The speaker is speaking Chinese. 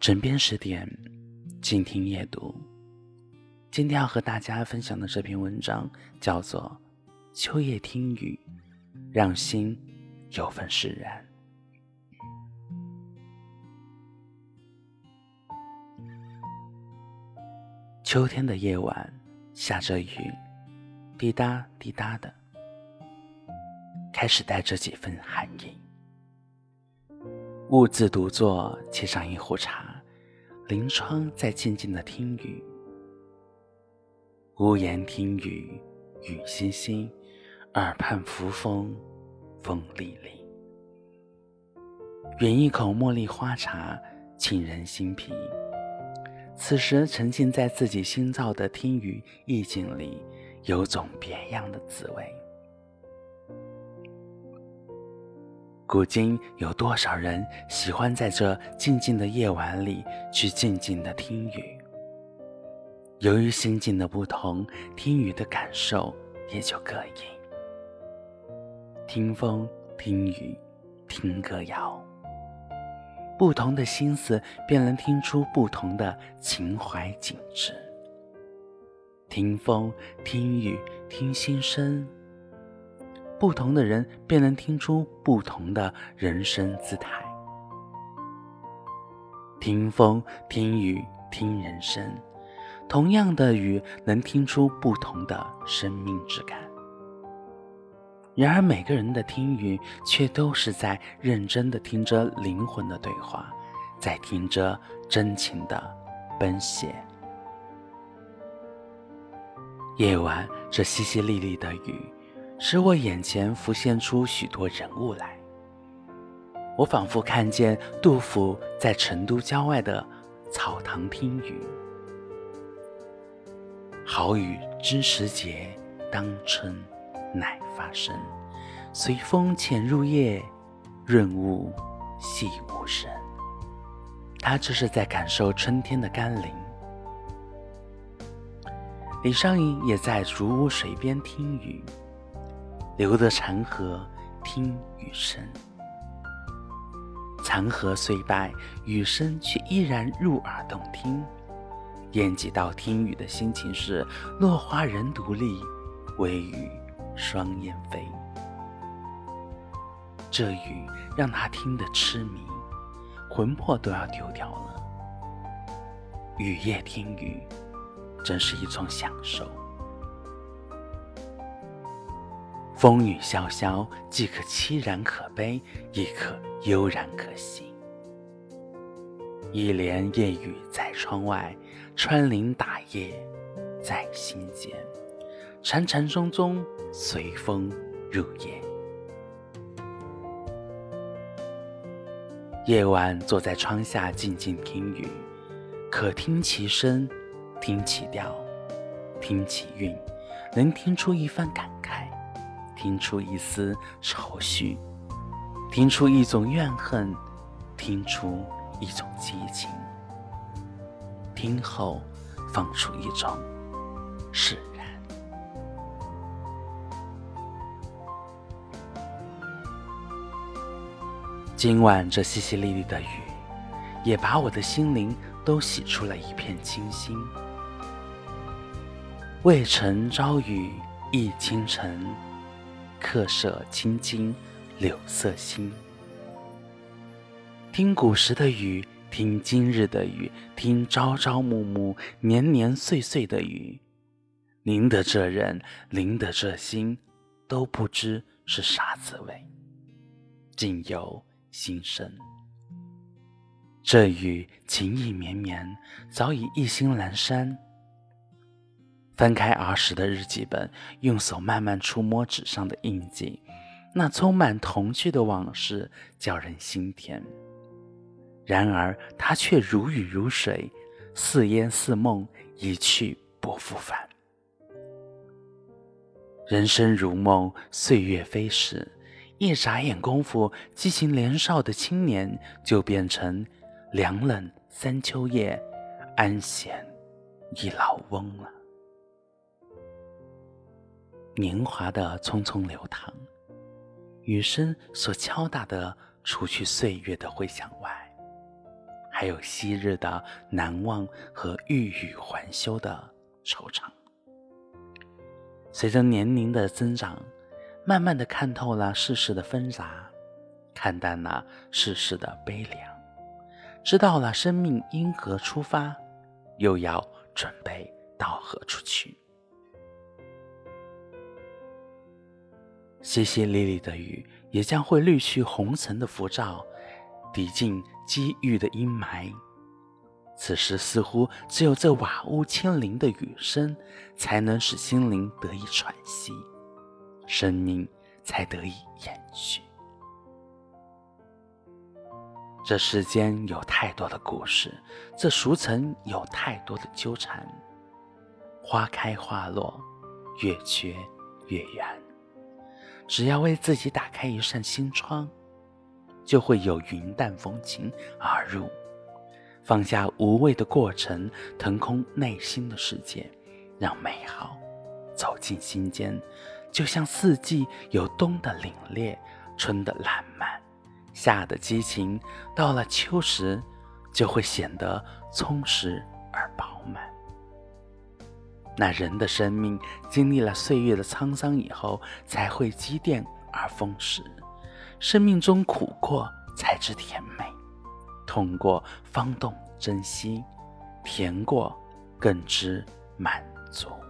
枕边10点，静听夜读。今天要和大家分享的这篇文章叫做《秋夜听雨，让心有份释然》。秋天的夜晚，下着雨，滴答滴答的，开始带着几分寒意。兀自独坐，沏上一壶茶，临窗在静静的听雨。屋檐听雨，雨淅淅，耳畔拂风，风沥沥。饮一口茉莉花茶，沁人心脾。此时沉浸在自己新造的听雨意境里，有种别样的滋味。古今有多少人喜欢在这静静的夜晚里去静静的听雨？由于心境的不同，听雨的感受也就各异。听风，听雨，听歌谣，不同的心思便能听出不同的情怀景致。听风，听雨，听心声，不同的人便能听出不同的人生姿态。听风，听雨，听人生，同样的雨能听出不同的生命质感。然而每个人的听雨却都是在认真地听着灵魂的对话，在听着真情的奔泻。夜晚这淅淅沥沥的雨，使我眼前浮现出许多人物来。我仿佛看见杜甫在成都郊外的草堂听雨。好雨知时节，当春乃发生。随风潜入夜，润物细无声。他这是在感受春天的甘霖。李商隐也在竹屋水边听雨，留得长河听雨声。残荷虽败，雨声却依然入耳动听。晏几道听雨的心情是落花人独立，微雨双燕飞。这雨让他听得痴迷，魂魄都要丢掉了。雨夜听雨真是一种享受。风雨萧萧，既可凄然可悲，亦可悠然可喜。一帘夜雨在窗外，穿林打叶在心间。禅禅宗宗，随风入夜。夜晚坐在窗下静静听雨，可听其声，听其调，听其韵，能听出一番感慨，听出一丝愁绪，听出一种怨恨，听出一种激情。听后放出一种释然。今晚这淅淅沥沥的雨，也把我的心灵都洗出了一片清新。渭城朝雨浥轻尘，客舍青金柳色新。听古时的雨，听今日的雨，听朝朝暮暮年年岁岁的雨，淋得这人淋得这心都不知是啥滋味，尽由心生。这雨情意绵绵，早已意兴阑珊。翻开儿时的日记本，用手慢慢触摸纸上的印记，那充满童趣的往事叫人心甜。然而它却如雨如水，似烟似梦，一去不复返。人生如梦，岁月飞逝，一眨眼功夫，激情年少的青年就变成凉冷三秋夜，安闲一老翁了。年华的匆匆流淌，雨声所敲打的，除去岁月的回响外， 还有昔日的难忘和欲语还休的惆怅。随着年龄的增长，慢慢地看透了世事的纷杂，看淡了世事的悲凉，知道了生命因何出发，又要准备到何处去。淅淅沥沥的雨也将会滤去红尘的浮躁，抵尽机遇的阴霾。此时似乎只有这瓦屋轻灵的雨声，才能使心灵得以喘息，生命才得以延续。这世间有太多的故事，这俗尘有太多的纠缠。花开花落，月缺月圆，只要为自己打开一扇心窗，就会有云淡风轻而入，放下无谓的过程，腾空内心的世界，让美好走进心间。就像四季有冬的凛冽，春的烂漫，夏的激情，到了秋时就会显得充实而饱满。那人的生命经历了岁月的沧桑以后，才会积淀而丰实。生命中苦过才知甜美，痛过方懂珍惜，甜过更知满足。